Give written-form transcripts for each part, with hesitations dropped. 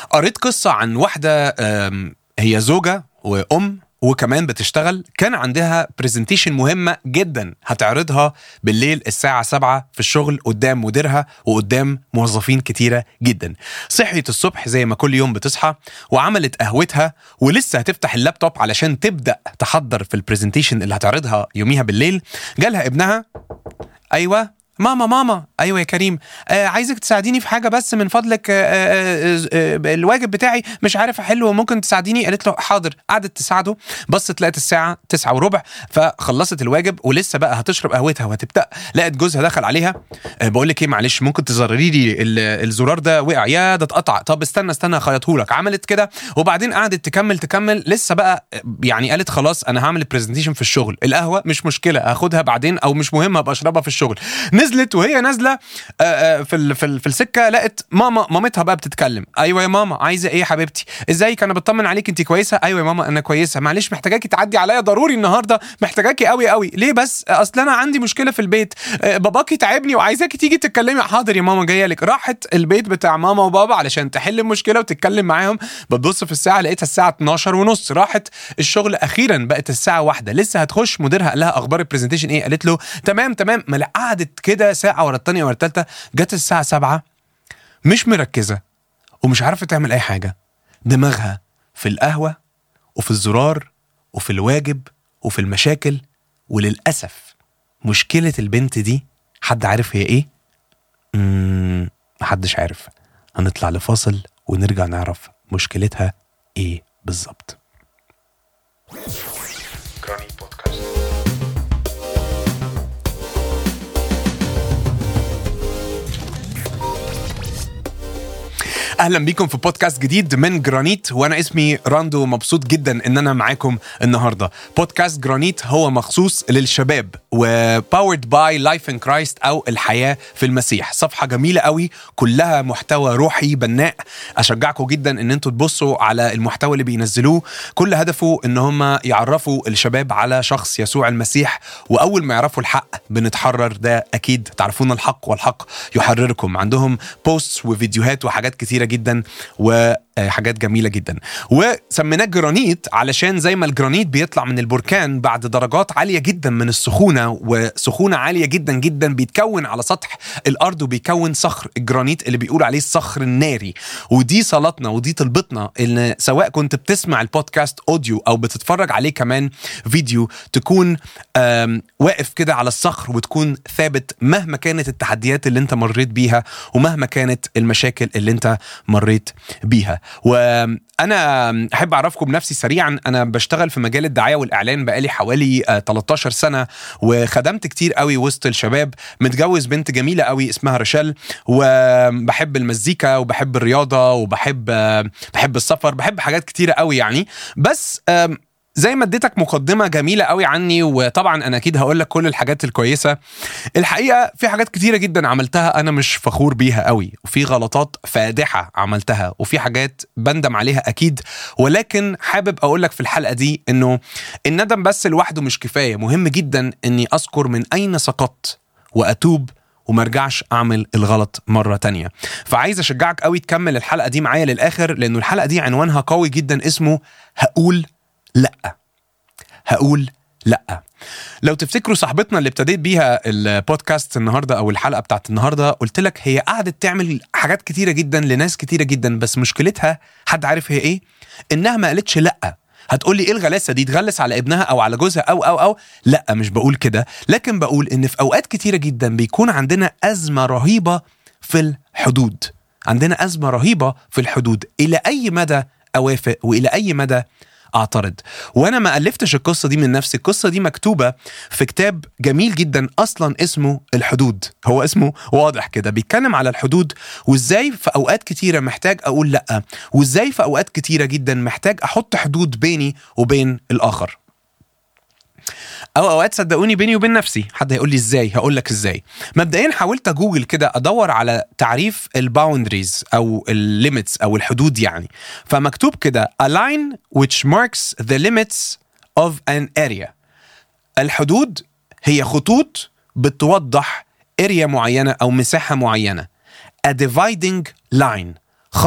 قريت قصة عن واحدة هي زوجة وأم وكمان بتشتغل. كان عندها بريزنتيشن مهمة جدا هتعرضها بالليل الساعة 7 في الشغل قدام مديرها وقدام موظفين كتيرة جدا. صحيت الصبح زي ما كل يوم بتصحى وعملت قهوتها ولسه هتفتح اللابتوب علشان تبدأ تحضر في البريزنتيشن اللي هتعرضها يوميها بالليل. جالها ابنها: أيوة ماما ايوه يا كريم، عايزك تساعديني في حاجه بس من فضلك، الواجب بتاعي مش عارف احله، ممكن تساعديني؟ قالت له حاضر. قعدت تساعده، بصت لقت الساعه 9:15 فخلصت الواجب ولسه بقى هتشرب قهوتها وهتبدا. لقت جوزها دخل عليها: بقول لك ايه، معلش ممكن تزرري لي الزرار ده وقع، يا ده اتقطع، طب استنى اخيطه لك. عملت كده وبعدين قعدت تكمل لسه بقى يعني قالت خلاص انا هعمل برزنتيشن في الشغل، القهوه مش مشكله هاخدها بعدين او مش مهم ابقى اشربها في الشغل. نزلت وهي نازله في السكه لقت مامتها بقى بتتكلم: ايوه يا ماما، عايزه ايه يا حبيبتي؟ ازيك؟ انا بطمن عليك، انت كويسه؟ ايوه يا ماما انا كويسه، معلش محتاجاكي تعدي عليا ضروري النهارده، محتاجاكي قوي. ليه بس؟ اصل انا عندي مشكله في البيت، باباكي تعبني وعايزاكي تيجي تتكلمي. حاضر يا ماما جايه لك. راحت البيت بتاع ماما وبابا علشان تحل المشكله وتتكلم معاهم. بتبص في الساعه لقيتها الساعه 12:30. راحت الشغل اخيرا بقت الساعه 1 لسه هتخش. مديرها قال لها: اخبار البرزنتيشن ايه؟ قالت له تمام. ما قعدت كده ساعه ورا الثانيه ورا الثالثه. جت الساعه 7 مش مركزه ومش عارفه تعمل اي حاجه، دماغها في القهوه وفي الزرار وفي الواجب وفي المشاكل. وللاسف مشكله البنت دي حد عارف هي ايه؟ محدش عارف. هنطلع لفاصل ونرجع نعرف مشكلتها ايه بالظبط. اهلا بيكم في بودكاست جديد من جرانيت، وانا اسمي راندو. مبسوط جدا ان انا معاكم النهارده. بودكاست جرانيت هو مخصوص للشباب وباورد باي لايف ان كرايست او الحياه في المسيح. صفحه جميله قوي كلها محتوى روحي بناء. اشجعكم جدا ان انتوا تبصوا على المحتوى اللي بينزلوه. كل هدفه ان هم يعرفوا الشباب على شخص يسوع المسيح، واول ما يعرفوا الحق بنتحرر. ده اكيد تعرفون الحق والحق يحرركم. عندهم بوستس وفيديوهات وحاجات كثيره جدا وحاجات جميلة جدا. وسميناه جرانيت علشان زي ما الجرانيت بيطلع من البركان بعد درجات عالية جدا من السخونة، وسخونة عالية جدا جدا بيتكون على سطح الأرض وبيكون صخر الجرانيت اللي بيقول عليه الصخر الناري. ودي صلاتنا ودي طلبتنا إن سواء كنت بتسمع البودكاست أوديو أو بتتفرج عليه كمان فيديو، تكون واقف كده على الصخر وتكون ثابت مهما كانت التحديات اللي انت مريت بيها ومهما كانت المشاكل اللي انت مريت بيها. وأنا أحب أعرفكم بنفسي سريعا. أنا بشتغل في مجال الدعاية والإعلان بقالي حوالي 13 سنة وخدمت كتير قوي وسط الشباب. متجوز بنت جميلة قوي اسمها رشال، وبحب المزيكا وبحب الرياضة وبحب السفر، بحب حاجات كتيرة قوي يعني. بس زي ما اديتك مقدمة جميلة قوي عني، وطبعا أنا أكيد هقول لك كل الحاجات الكويسة. الحقيقة في حاجات كتيرة جدا عملتها أنا مش فخور بيها قوي، وفي غلطات فادحة عملتها، وفي حاجات بندم عليها أكيد. ولكن حابب أقول لك في الحلقة دي إنه الندم بس لوحده مش كفاية. مهم جدا إني أذكر من أين سقطت وأتوب ومرجعش أعمل الغلط مرة تانية. فعايز أشجعك قوي تكمل الحلقة دي معايا للآخر، لأنه الحلقة دي عنوانها قوي جدا، اسمه هقول لأ. لو تفتكروا صاحبتنا اللي ابتديت بيها البودكاست النهاردة أو الحلقة بتاعت النهاردة، قلت لك هي قعدت تعمل حاجات كتيرة جدا لناس كتيرة جدا، بس مشكلتها حد عارف هي إيه؟ إنها ما قالتش لأ. هتقولي إيه الغلاسة دي؟ تغلس على ابنها أو على جوزها أو لأ، مش بقول كده، لكن بقول إن في أوقات كتيرة جدا بيكون عندنا أزمة رهيبة في الحدود. عندنا أزمة رهيبة في الحدود. إلى أي مدى أوافق وإلى أي مدى أعترض؟ وأنا ما ألفتش القصة دي من نفسي. القصة دي مكتوبة في كتاب جميل جدا أصلا اسمه الحدود. هو اسمه واضح كده، بيتكلم على الحدود وإزاي في أوقات كتيرة محتاج أقول لأ، وإزاي في أوقات كتيرة جدا محتاج أحط حدود بيني وبين الآخر، أو أوقات صدقوني بيني وبين نفسي. حد هيقول لي إزاي؟ هقول لك إزاي. مبدئيا حاولت أجوجل كده أدور على تعريف الباوندريز أو الليميتس أو الحدود يعني. فمكتوب كده a line which marks the limits of an area. الحدود هي خطوط بتوضح area معينة أو مساحة معينة. a dividing line، خط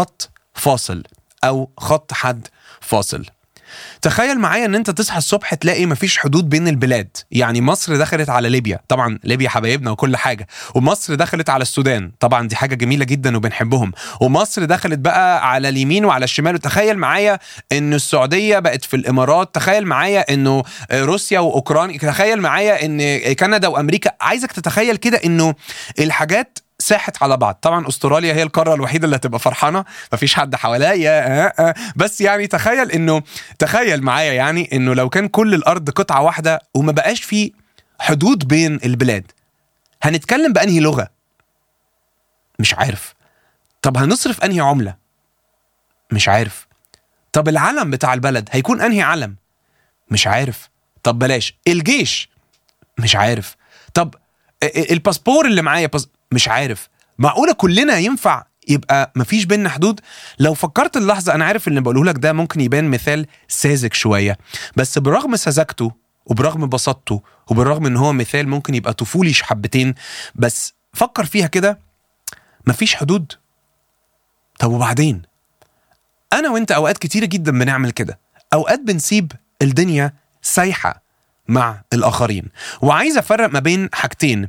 فاصل أو خط حد فاصل. تخيل معايا ان انت تصحى الصبح تلاقي مفيش حدود بين البلاد. يعني مصر دخلت على ليبيا، طبعا ليبيا حبايبنا وكل حاجة، ومصر دخلت على السودان، طبعا دي حاجة جميلة جدا وبنحبهم، ومصر دخلت بقى على اليمين وعلى الشمال. وتخيل معايا ان السعودية بقت في الامارات، تخيل معايا انه روسيا واوكرانيا، تخيل معايا ان كندا وامريكا. عايزك تتخيل كده انه الحاجات ساحت على بعض. طبعا استراليا هي القاره الوحيده اللي هتبقى فرحانه، مفيش حد حواليا بس يعني تخيل معايا يعني انه لو كان كل الارض قطعه واحده وما بقاش في حدود بين البلاد، هنتكلم بانهي لغه؟ مش عارف. طب هنصرف انهي عمله؟ مش عارف. طب العلم بتاع البلد هيكون انهي علم؟ مش عارف. طب بلاش الجيش، مش عارف. طب الباسبور اللي معايا مش عارف. معقولة كلنا ينفع يبقى مفيش بيننا حدود؟ لو فكرت اللحظة، أنا عارف اللي بقوله لك ده ممكن يبان مثال ساذج شوية، بس برغم سذاجته وبرغم بساطته وبرغم إن هو مثال ممكن يبقى طفولي حبتين، بس فكر فيها كده، مفيش حدود. طب وبعدين؟ أنا وإنت أوقات كتيرة جدا بنعمل كده، أوقات بنسيب الدنيا سايحة مع الآخرين. وعايز أفرق ما بين حاجتين،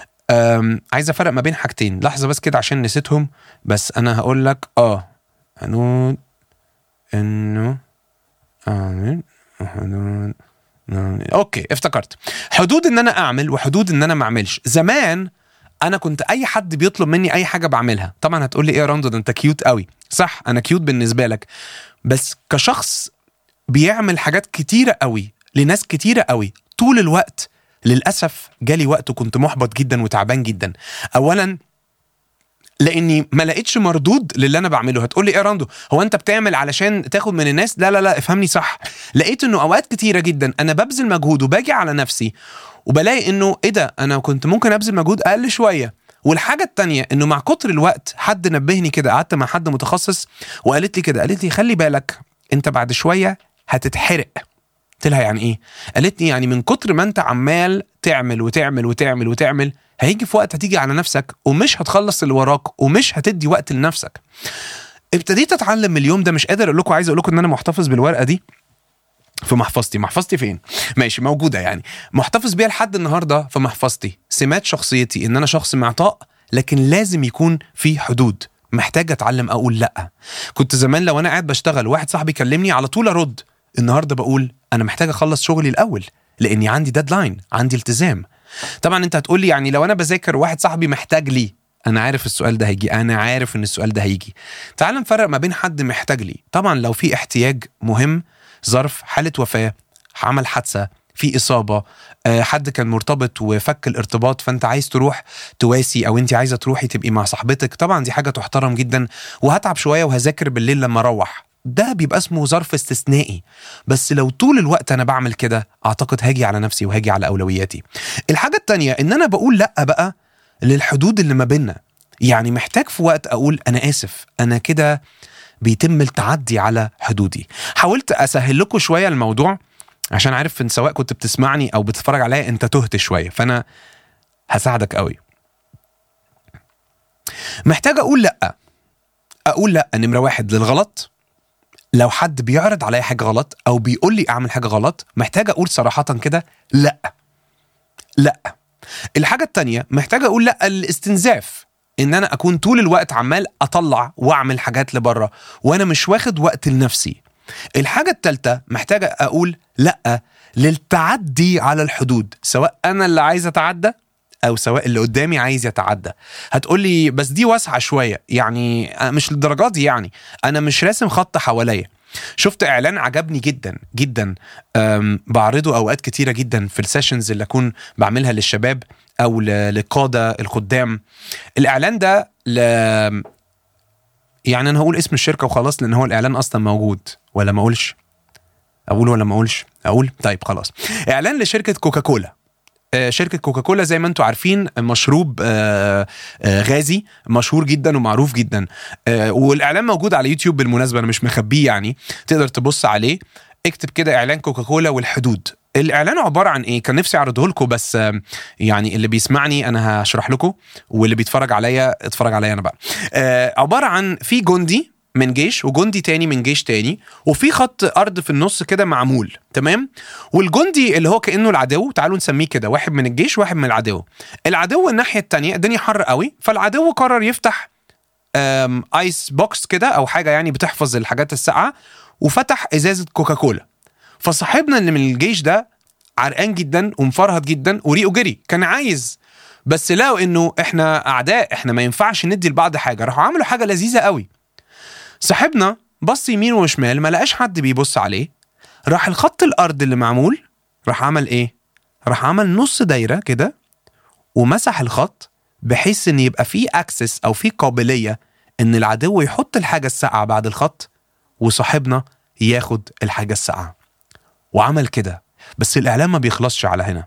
لحظة بس كده عشان نسيتهم، بس أنا هقول لك أوكي افتكرت. حدود إن أنا أعمل وحدود إن أنا ما أعملش. زمان أنا كنت أي حد بيطلب مني أي حاجة بعملها. طبعا هتقول لي إيه يا راندو ده أنت كيوت قوي. صح، أنا كيوت بالنسبة لك، بس كشخص بيعمل حاجات كتيرة قوي لناس كتيرة قوي طول الوقت، للأسف جالي وقت كنت محبط جدا وتعبان جدا. أولا لأني ما لقيتش مردود للي أنا بعمله. هتقولي إيه راندو، هو أنت بتعمل علشان تاخد من الناس؟ لا افهمني صح. لقيت أنه أوقات كتيرة جدا أنا ببذل مجهود وباجي على نفسي وبلاقي أنه إيه ده، أنا كنت ممكن أبذل مجهود أقل شوية. والحاجة التانية أنه مع كتر الوقت حد نبهني كده، قعدت مع حد متخصص وقالت لي كده، قالت لي خلي بالك أنت بعد شوية هتتحرق. قلت لها يعني ايه؟ قالت لي يعني من كتر ما انت عمال تعمل وتعمل وتعمل وتعمل، هيجي في وقت هتيجي على نفسك ومش هتخلص اللي وراك ومش هتدي وقت لنفسك. ابتديت اتعلم من اليوم ده. مش قادر اقول لكم، عايز اقول لكم ان انا محتفظ بالورقه دي في محفظتي فين؟ ماشي، موجوده يعني، محتفظ بيها لحد النهارده في محفظتي. سمات شخصيتي ان انا شخص معطاء، لكن لازم يكون في حدود. محتاج اتعلم اقول لا. كنت زمان لو انا قاعد بشتغل واحد صاحبي كلمني على طول ارد. النهارده بقول انا محتاج اخلص شغلي الاول لاني عندي ديدلاين، عندي التزام. طبعا انت هتقول لي يعني لو انا بذاكر واحد صاحبي محتاج لي، انا عارف السؤال ده هيجي، انا عارف ان السؤال ده هيجي. تعال نفرق ما بين حد محتاج لي. طبعا لو في احتياج مهم، ظرف، حالة وفاة، عمل حادثة، في إصابة، حد كان مرتبط وفك الارتباط فأنت عايز تروح تواسي، أو أنت عايزة تروحي تبقي مع صاحبتك، طبعا دي حاجة تحترم جدا، وهتعب شوية وهذاكر بالليل لما أروح. ده بيبقى اسمه ظرف استثنائي. بس لو طول الوقت أنا بعمل كده، أعتقد هاجي على نفسي وهاجي على أولوياتي. الحاجة التانية إن أنا بقول لأ بقى للحدود اللي ما بيننا. يعني محتاج في وقت أقول أنا آسف، أنا كده بيتم التعدي على حدودي. حاولت أسهل لكم شوية الموضوع عشان عارف إن سواء كنت بتسمعني أو بتتفرج عليا أنت تهت شوية، فأنا هساعدك قوي. محتاج أقول لأ نمرة واحد للغلط. لو حد بيعرض عليا حاجة غلط أو بيقول لي أعمل حاجة غلط، محتاج أقول صراحة كده لأ. الحاجة التانية محتاج أقول لأ الاستنزاف، إن أنا أكون طول الوقت عمال أطلع وأعمل حاجات لبرا وأنا مش واخد وقت لنفسي. الحاجة التالتة محتاج أقول لأ للتعدي على الحدود، سواء أنا اللي عايز أتعدى أو سواء اللي قدامي عايز يتعدى. هتقولي بس دي واسعة شوية، يعني مش للدرجات دي، يعني أنا مش راسم خط حواليا. شفت إعلان عجبني جدا جدا، بعرضه أوقات كتيرة جدا في السيشنز اللي أكون بعملها للشباب أو للقادة القدام. الإعلان ده يعني أنا هقول اسم الشركة وخلاص لأن هو الإعلان أصلا موجود، ولا ما أقولش؟ أقول ولا ما أقولش؟ أقول؟ طيب خلاص. إعلان لشركة كوكاكولا. شركة كوكاكولا زي ما انتوا عارفين مشروب غازي مشهور جدا ومعروف جدا، والإعلان موجود على يوتيوب بالمناسبة، أنا مش مخبيه يعني، تقدر تبص عليه، اكتب كده إعلان كوكاكولا والحدود. الإعلان عبارة عن إيه؟ كان نفسي أعرضه لكم، بس يعني اللي بيسمعني أنا هشرح لكم، واللي بيتفرج عليا اتفرج عليا أنا بقى. عبارة عن في جندي من جيش وجندي تاني من جيش تاني، وفي خط أرض في النص كده معمول، تمام؟ والجندي اللي هو كأنه العدو، تعالوا نسميه كده، واحد من الجيش واحد من العدو. العدو الناحية التانية الدنيا حر قوي، فالعدو قرر يفتح ايس بوكس كده أو حاجة يعني بتحفظ الحاجات الساقعة، وفتح إزازة كوكاكولا. فصاحبنا اللي من الجيش ده عرقان جدا ومفرهد جدا وريقه جري، كان عايز، بس لقوا انه احنا اعداء، احنا ما ينفعش ندي لبعض حاجه، راحوا عملوا حاجه لذيذه قوي. صاحبنا بص يمين وشمال ما لقاش حد بيبص عليه، راح الخط الارض اللي معمول راح عمل ايه؟ راح عمل نص دايره كده ومسح الخط بحيث ان يبقى فيه اكسس او فيه قابليه ان العدو يحط الحاجه الساقعه بعد الخط وصاحبنا ياخد الحاجه الساقعه. وعمل كده. بس الاعلام ما بيخلصش على هنا.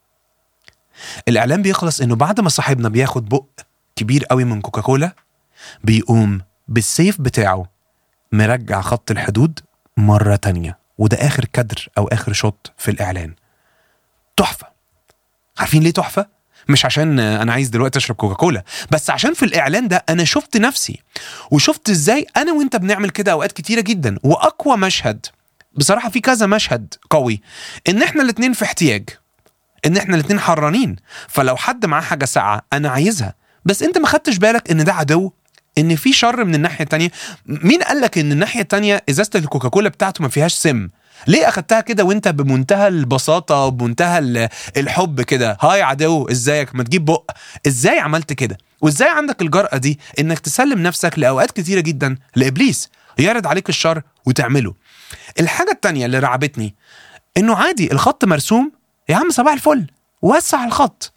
الاعلام بيخلص انه بعد ما صاحبنا بياخد بق كبير قوي من كوكاكولا بيقوم بالسيف بتاعه مرجع خط الحدود مرة تانية، وده آخر كادر أو آخر شوت في الإعلان. تحفة. عارفين ليه تحفة؟ مش عشان أنا عايز دلوقتي أشرب كوكاكولا، بس عشان في الإعلان ده أنا شفت نفسي وشفت إزاي أنا وإنت بنعمل كده أوقات كتيرة جدا. وأقوى مشهد بصراحة، في كذا مشهد قوي، إن إحنا الاتنين في احتياج، إن إحنا الاتنين حرانين، فلو حد معاه حاجة ساقعة أنا عايزها، بس أنت ما خدتش بالك إن ده عدو، ان في شر من الناحيه التانية. مين قالك ان الناحيه التانية ازازه الكوكاكولا بتاعته ما فيهاش سم؟ ليه اخدتها كده وانت بمنتهى البساطه وبمنتهى الحب كده، هاي عدو ازيك ما تجيب بق؟ ازاي عملت كده؟ وازاي عندك الجرأة دي انك تسلم نفسك لاوقات كتيره جدا لابليس يعرض عليك الشر وتعمله؟ الحاجه التانية اللي رعبتني انه عادي الخط مرسوم، يا عم صباح الفل، وسع الخط،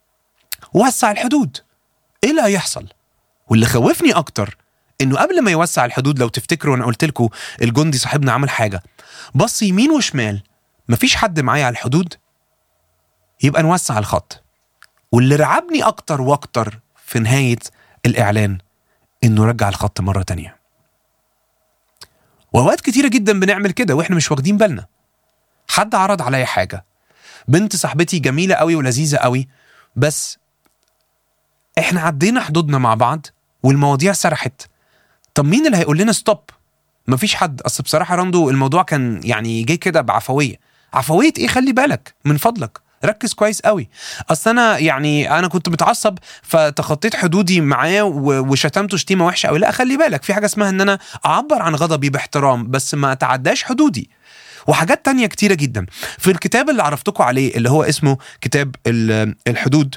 وسع الحدود، ايه اللي هيحصل؟ واللي خوفني اكتر انه قبل ما يوسع الحدود، لو تفتكروا انا قلت لكم الجندي صاحبنا عمل حاجه، بص يمين وشمال مفيش حد معايا على الحدود، يبقى نوسع الخط. واللي رعبني اكتر واكتر في نهايه الاعلان انه رجع الخط مره تانية. واوقات كتيره جدا بنعمل كده واحنا مش واخدين بالنا. حد عرض عليا حاجه، بنت صاحبتي جميله قوي ولذيذه قوي، بس احنا عدينا حدودنا مع بعض والمواضيع سرحت. طب مين اللي هيقول لنا ستوب؟ مفيش حد. اصل بصراحه راندو الموضوع كان يعني جاي كده بعفويه. عفويه ايه؟ خلي بالك من فضلك، ركز كويس قوي. اصل انا يعني انا كنت متعصب فتخطيت حدودي معاه وشتمته شتيمه وحشه قوي. لا، خلي بالك في حاجه اسمها ان انا اعبر عن غضبي باحترام بس ما اتعداش حدودي. وحاجات تانية كتيره جدا في الكتاب اللي عرفتكم عليه اللي هو اسمه كتاب الحدود.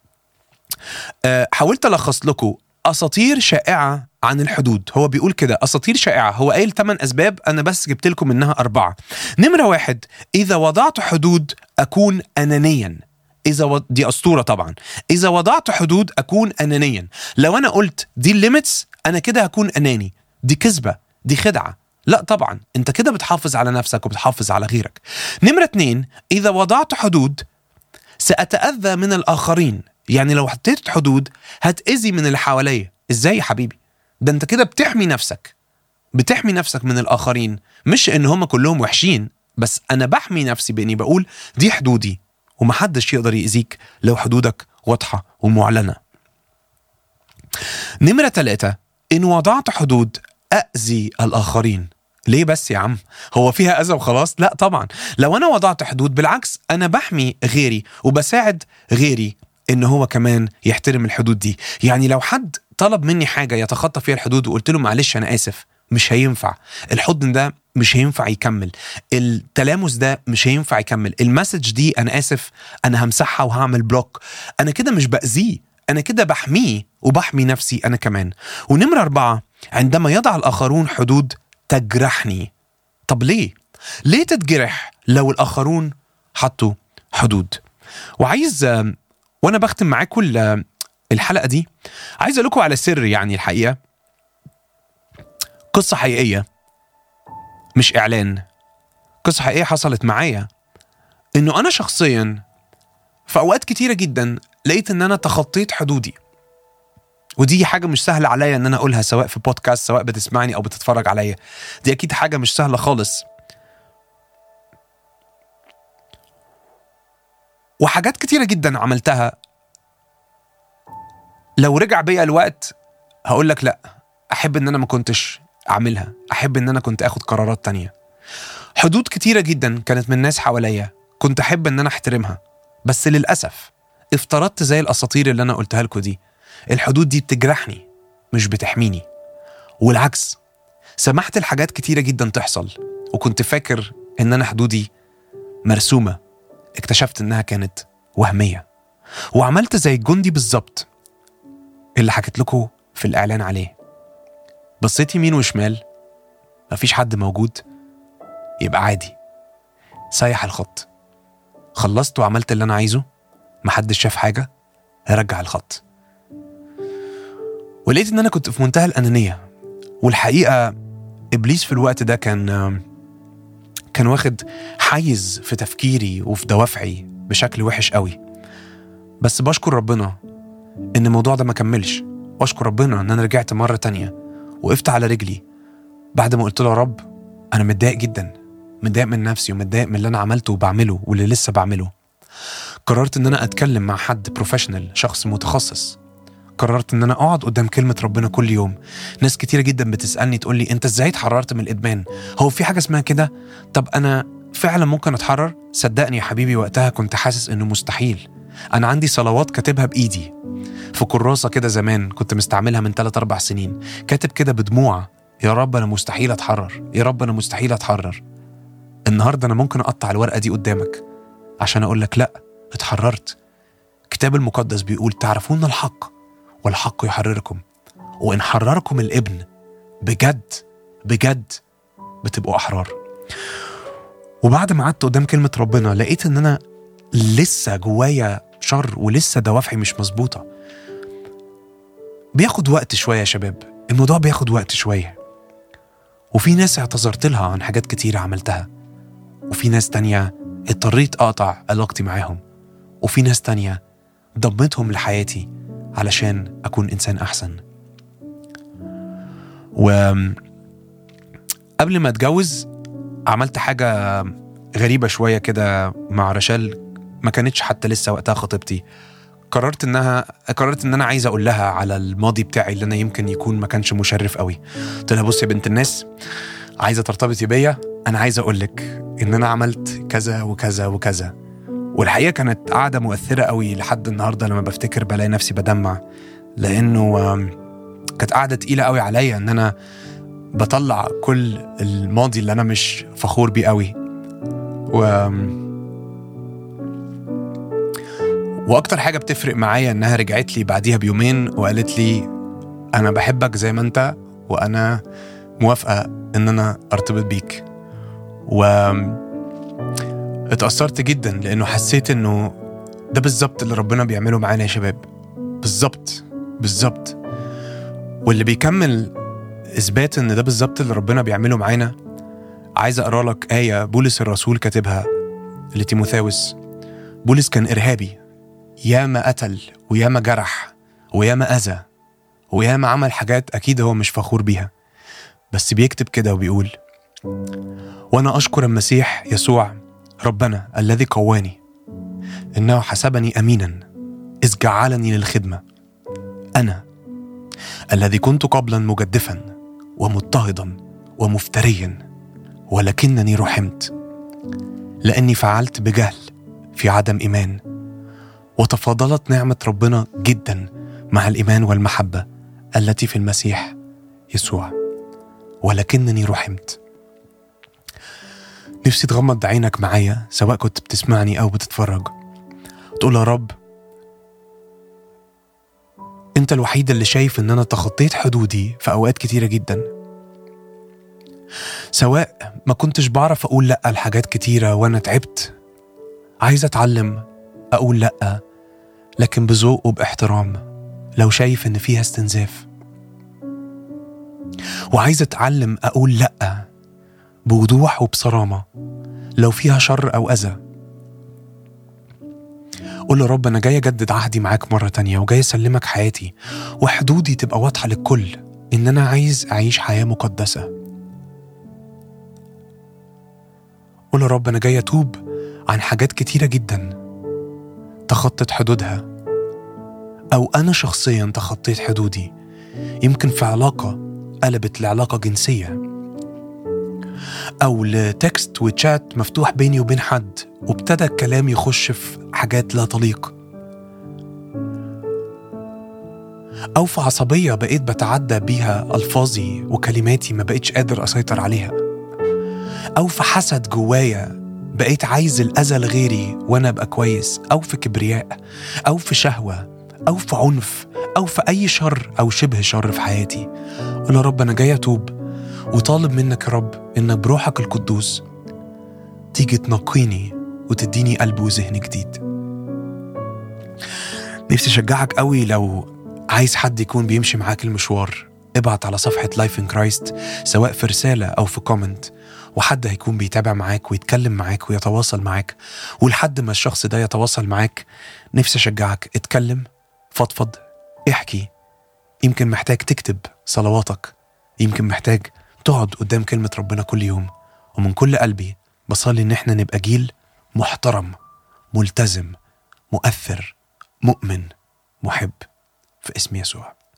حاولت ألخص لكم أساطير شائعة عن الحدود. هو بيقول كده أساطير شائعة، هو قايل 8 أسباب، أنا بس جبت لكم منها 4. نمرة 1، إذا وضعت حدود أكون أنانيا. دي أسطورة طبعا. إذا وضعت حدود أكون أنانيا. لو أنا قلت دي الليميتس أنا كده هكون أناني. دي كذبة، دي خدعة. لا طبعا، أنت كده بتحافظ على نفسك وبتحافظ على غيرك. نمرة 2، إذا وضعت حدود سأتأذى من الآخرين. يعني لو حطيت حدود هتأذي من اللي حواليا. ازاي يا حبيبي؟ ده انت كده بتحمي نفسك، بتحمي نفسك من الآخرين. مش ان هم كلهم وحشين، بس انا بحمي نفسي باني بقول دي حدودي ومحدش يقدر يأذيك لو حدودك واضحة ومعلنة. نمرة 3، ان وضعت حدود أأذي الآخرين. ليه بس يا عم؟ هو فيها أذى وخلاص؟ لا طبعا. لو أنا وضعت حدود بالعكس أنا بحمي غيري وبساعد غيري إن هو كمان يحترم الحدود دي. يعني لو حد طلب مني حاجة يتخطى فيها الحدود وقلت له معلش أنا آسف، مش هينفع. الحضن ده مش هينفع يكمل، التلامس ده مش هينفع يكمل، المسج دي أنا آسف أنا همسحها وهعمل بلوك. أنا كده مش بأذيه، أنا كده بحميه وبحمي نفسي أنا كمان. ونمرة 4، عندما يضع الآخرون حدود تجرحني. طب ليه؟ ليه تتجرح لو الآخرون حطوا حدود؟ وعايز وانا بختم معاكم الحلقة دي عايز اقول لكم على سر، يعني الحقيقة قصة حقيقية مش اعلان، قصة حقيقية حصلت معايا. انه انا شخصيا في اوقات كتيرة جدا لقيت ان انا تخطيت حدودي، ودي حاجة مش سهلة عليا ان انا اقولها سواء في بودكاست سواء بتسمعني او بتتفرج عليا. دي اكيد حاجة مش سهلة خالص. وحاجات كتيرة جدا عملتها لو رجع بيا الوقت هقول لك لا، احب ان انا ما كنتش أعملها، أحب إن أنا كنت أخد قرارات تانية. حدود كتيرة جدا كانت من ناس حواليا كنت أحب إن أنا أحترمها، بس للأسف افترضت زي الأساطير اللي أنا قلتها لكم دي. الحدود دي بتجرحني مش بتحميني، والعكس. سمحت لحاجات كتيرة جدا تحصل وكنت فاكر إن أنا حدودي مرسومة، اكتشفت إنها كانت وهمية. وعملت زي الجندي بالظبط اللي حكيت لكم في الإعلان عليه. بصيت يمين وشمال، مفيش حد موجود، يبقى عادي. سايح الخط. خلصت وعملت اللي أنا عايزه، محدش شاف حاجة، هرجع الخط. ولقيت إن أنا كنت في منتهى الأنانية. والحقيقة إبليس في الوقت ده كان واخد حيز في تفكيري وفي دوافعي بشكل وحش قوي. بس بشكر ربنا إن الموضوع ده ما كملش. بشكر ربنا إن أنا رجعت مرة تانية، وقفت على رجلي بعد ما قلت له يا رب أنا متضايق جدا، متضايق من نفسي ومتضايق من اللي أنا عملته وبعمله واللي لسه بعمله. قررت إن أنا أتكلم مع حد بروفيشنال، شخص متخصص. قررت إن أنا أقعد قدام كلمة ربنا كل يوم. ناس كتيرة جدا بتسألني تقول لي أنت إزاي اتحررت من الإدمان؟ هو في حاجة اسمها كده؟ طب أنا فعلا ممكن أتحرر؟ صدقني يا حبيبي، وقتها كنت حاسس إنه مستحيل. أنا عندي صلوات كاتبها بإيدي في كراسة كده زمان، كنت مستعملها من 3-4 سنين، كاتب كده بدموع يا رب أنا مستحيل أتحرر، يا رب أنا مستحيل أتحرر. النهاردة أنا ممكن أقطع الورقة دي قدامك عشان أقول لك لأ، اتحررت. الكتاب المقدس بيقول تعرفون الحق والحق يحرركم، وإن حرركم الابن بجد بجد بتبقوا أحرار. وبعد ما قعدت قدام كلمة ربنا لقيت إن أنا لسه جوايا شر ولسه دوافعي مش مظبوطة. بياخد وقت شوية يا شباب، الموضوع بياخد وقت شوية. وفي ناس اعتذرت لها عن حاجات كتيرة عملتها، وفي ناس تانية اضطريت أقطع علاقتي معاهم، وفي ناس تانية ضمتهم لحياتي علشان أكون إنسان أحسن. وقبل ما أتجوز عملت حاجة غريبة شوية كده مع رشال، ما كانتش حتى لسه وقتها خطيبتي. قررت ان انا عايز اقول لها على الماضي بتاعي اللي انا يمكن يكون ما كانش مشرف قوي. قلت لها بصي يا بنت الناس، عايزه ترتبطي بيا، انا عايز اقول لك ان انا عملت كذا وكذا وكذا. والحقيقه كانت قاعده مؤثره قوي لحد النهارده، لما بفتكر بلاقي نفسي بدمع، لانه كانت قاعده تقيله قوي عليا ان انا بطلع كل الماضي اللي انا مش فخور بيه قوي. واكتر حاجه بتفرق معايا انها رجعت لي بعديها بيومين وقالت لي انا بحبك زي ما انت، وانا موافقه ان انا ارتبط بيك. اتأثرت جدا لانه حسيت انه ده بالظبط اللي ربنا بيعمله معانا يا شباب، بالظبط. واللي بيكمل اثبات ان ده بالظبط اللي ربنا بيعمله معانا، عايز اقرا لك آية بولس الرسول كاتبها لتيموثاوس. بولس كان إرهابي، ياما قتل وياما جرح وياما أذى وياما عمل حاجات أكيد هو مش فخور بيها، بس بيكتب كده وبيقول وأنا أشكر المسيح يسوع ربنا الذي قواني، إنه حسبني أمينا إذ جعلني للخدمة، أنا الذي كنت قبلا مجدفا ومضطهدا ومفتريا، ولكنني رحمت لأني فعلت بجهل في عدم إيمان، وتفاضلت نعمة ربنا جدا مع الإيمان والمحبة التي في المسيح يسوع، ولكنني رحمت. نفسي تغمض عينك معايا سواء كنت بتسمعني أو بتتفرج، تقول يا رب أنت الوحيد اللي شايف إن أنا تخطيت حدودي في أوقات كتيرة جدا، سواء ما كنتش بعرف أقول لأ لحاجات كتيرة وأنا تعبت، عايز أتعلم أقول لأ لكن بذوق وباحترام لو شايف إن فيها استنزاف، وعايز أتعلم أقول لأ بوضوح وبصرامة لو فيها شر أو أذى. قول يا رب أنا جاي أجدد عهدي معاك مرة تانية، وجاي أسلمك حياتي وحدودي تبقى واضحة للكل، إن أنا عايز أعيش حياة مقدسة. قول يا رب أنا جاي أتوب عن حاجات كتيرة جدا تخطت حدودها، أو أنا شخصيا تخطيت حدودي، يمكن في علاقة قلبت لعلاقة جنسية، أو لتكست وتشات مفتوح بيني وبين حد وابتدى الكلام يخش في حاجات لا تليق، أو في عصبية بقيت بتعدى بيها ألفاظي وكلماتي ما بقيتش قادر أسيطر عليها، أو في حسد جوايا بقيت عايز الأذى لغيري وأنا أبقى كويس، أو في كبرياء، أو في شهوة، أو في عنف، أو في أي شر أو شبه شر في حياتي. قل يا رب أنا جاي أتوب وطالب منك يا رب إنك بروحك القدوس تيجي تنقيني وتديني قلب وذهن جديد. نفسي أشجعك قوي، لو عايز حد يكون بيمشي معاك المشوار ابعت على صفحة Life in Christ سواء في رسالة أو في كومنت، وحد هيكون بيتابع معاك ويتكلم معاك ويتواصل معاك. ولحد ما الشخص ده يتواصل معاك نفسي أشجعك، اتكلم، فضفض، احكي. يمكن محتاج تكتب صلواتك، يمكن محتاج تقعد قدام كلمة ربنا كل يوم. ومن كل قلبي بصلي إن احنا نبقى جيل محترم، ملتزم، مؤثر، مؤمن، محب، في اسم يسوع.